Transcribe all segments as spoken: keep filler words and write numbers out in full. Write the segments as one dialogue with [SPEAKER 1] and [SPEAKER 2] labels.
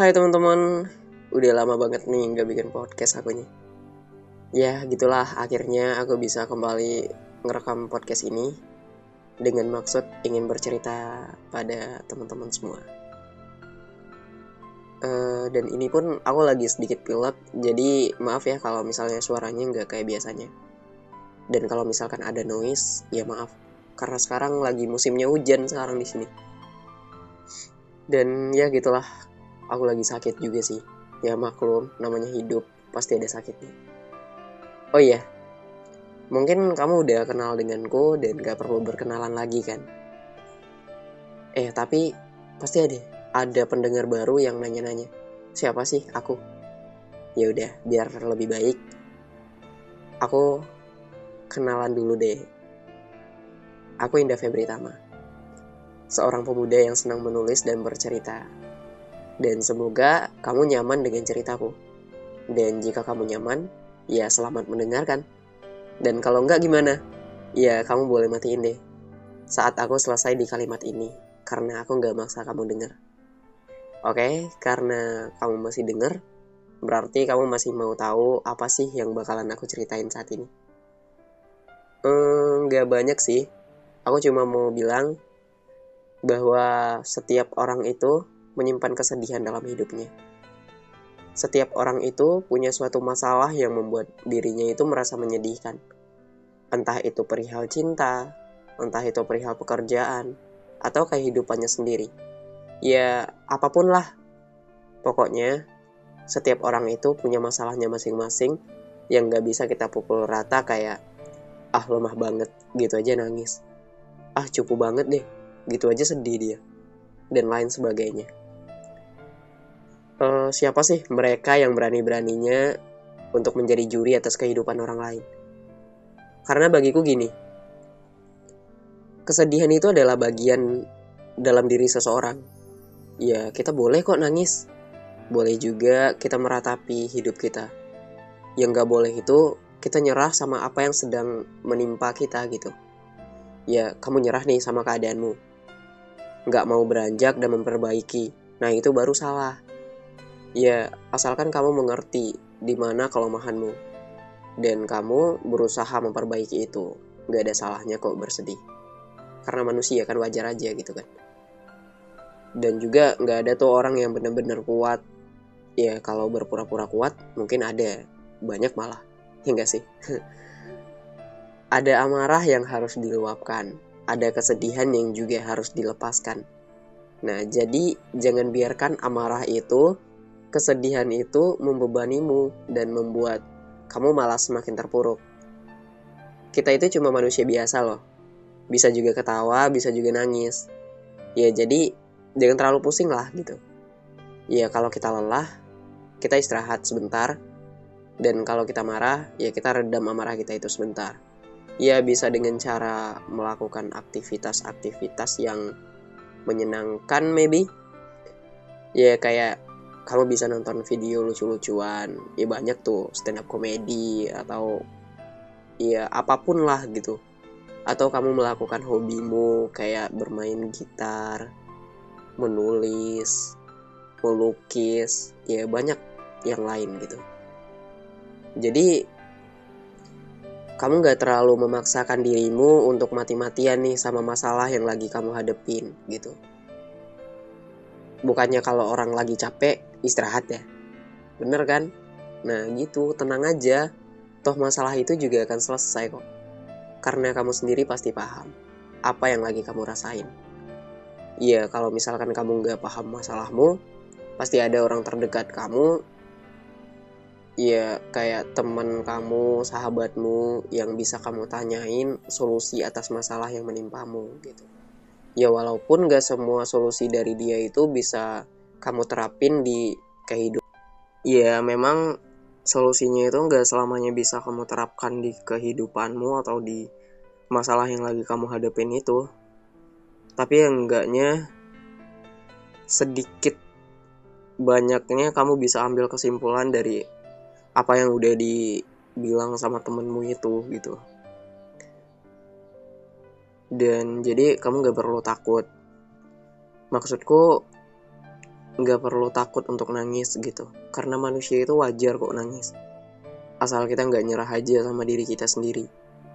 [SPEAKER 1] Hai teman-teman, udah lama banget nih gak bikin podcast aku nih. Ya gitulah, akhirnya aku bisa kembali ngerekam podcast ini dengan maksud ingin bercerita pada teman-teman semua. uh, Dan ini pun aku lagi sedikit pilek, jadi maaf ya kalau misalnya suaranya gak kayak biasanya. Dan kalau misalkan ada noise, ya maaf, karena sekarang lagi musimnya hujan sekarang di sini. Dan ya gitulah, aku lagi sakit juga sih. Ya maklum, namanya hidup, pasti ada sakitnya. Oh iya, mungkin kamu udah kenal denganku dan gak perlu berkenalan lagi kan? Eh tapi pasti ada, ada pendengar baru yang nanya-nanya, siapa sih aku? Ya udah, biar lebih baik, aku kenalan dulu deh. Aku Indah Febritama, seorang pemuda yang senang menulis dan bercerita. Dan semoga kamu nyaman dengan ceritaku. Dan jika kamu nyaman, ya selamat mendengarkan. Dan kalau enggak gimana? Ya kamu boleh matiin deh saat aku selesai di kalimat ini, karena aku enggak maksa kamu denger. Oke, karena kamu masih denger, berarti kamu masih mau tahu apa sih yang bakalan aku ceritain saat ini. Hmm, enggak banyak sih. Aku cuma mau bilang bahwa setiap orang itu menyimpan kesedihan dalam hidupnya. Setiap orang itu punya suatu masalah yang membuat dirinya itu merasa menyedihkan. Entah itu perihal cinta, entah itu perihal pekerjaan, atau kehidupannya sendiri. Ya, apapun lah. Pokoknya, setiap orang itu punya masalahnya masing-masing yang gak bisa kita pukul rata kayak, ah lemah banget, gitu aja nangis. Ah cupu banget deh, gitu aja sedih dia. Dan lain sebagainya. Uh, siapa sih mereka yang berani-beraninya untuk menjadi juri atas kehidupan orang lain? Karena bagiku gini, kesedihan itu adalah bagian dalam diri seseorang. Ya kita boleh kok nangis, boleh juga kita meratapi hidup kita. Yang gak boleh itu kita nyerah sama apa yang sedang menimpa kita gitu. Ya kamu nyerah nih sama keadaanmu, gak mau beranjak dan memperbaiki, nah itu baru salah. Ya, asalkan kamu mengerti di mana kelemahanmu dan kamu berusaha memperbaiki itu, gak ada salahnya kok bersedih. Karena manusia kan wajar aja gitu kan. Dan juga gak ada tuh orang yang benar-benar kuat. Ya kalau berpura-pura kuat mungkin ada, banyak malah, ya gak sih? Ada amarah yang harus diluapkan, ada kesedihan yang juga harus dilepaskan. Nah jadi jangan biarkan amarah itu, kesedihan itu membebanimu dan membuat kamu malah semakin terpuruk. Kita itu cuma manusia biasa loh. Bisa juga ketawa, bisa juga nangis. Ya jadi jangan terlalu pusing lah gitu. Ya kalau kita lelah, kita istirahat sebentar. Dan kalau kita marah, ya kita redam amarah kita itu sebentar. Ya bisa dengan cara melakukan aktivitas-aktivitas yang menyenangkan maybe. Ya kayak kamu bisa nonton video lucu-lucuan, ya banyak tuh stand up komedi atau ya apapun lah gitu. Atau kamu melakukan hobimu kayak bermain gitar, menulis, melukis, ya banyak yang lain gitu. Jadi kamu gak terlalu memaksakan dirimu untuk mati-matian nih sama masalah yang lagi kamu hadepin gitu. Bukannya kalau orang lagi capek, istirahat ya. Bener kan? Nah gitu, tenang aja. Toh masalah itu juga akan selesai kok. Karena kamu sendiri pasti paham apa yang lagi kamu rasain. Iya, kalau misalkan kamu gak paham masalahmu, pasti ada orang terdekat kamu, ya kayak teman kamu, sahabatmu yang bisa kamu tanyain solusi atas masalah yang menimpamu gitu. Ya walaupun gak semua solusi dari dia itu bisa kamu terapin di kehidupan. Ya memang solusinya itu gak selamanya bisa kamu terapkan di kehidupanmu atau di masalah yang lagi kamu hadapin itu. Tapi yang enggaknya sedikit banyaknya kamu bisa ambil kesimpulan dari apa yang udah dibilang sama temenmu itu gitu. Dan jadi kamu gak perlu takut. Maksudku nggak perlu takut untuk nangis gitu, karena manusia itu wajar kok nangis, asal kita nggak nyerah aja sama diri kita sendiri.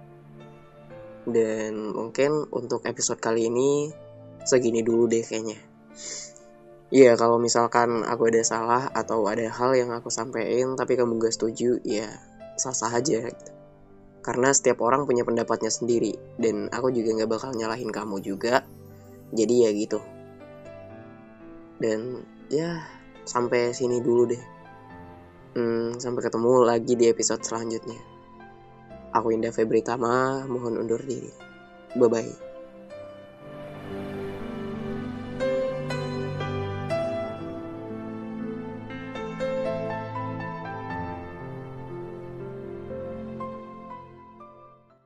[SPEAKER 1] Dan mungkin untuk episode kali ini segini dulu deh kayaknya. Iya, kalau misalkan aku ada salah atau ada hal yang aku sampein tapi kamu gak setuju, ya sah-sah aja gitu. Karena setiap orang punya pendapatnya sendiri, dan aku juga gak bakal nyalahin kamu juga. Jadi ya gitu. Dan ya sampai sini dulu deh. Hmm, sampai ketemu lagi di episode selanjutnya. Aku Indah Febri Tama, mohon undur diri. Bye-bye.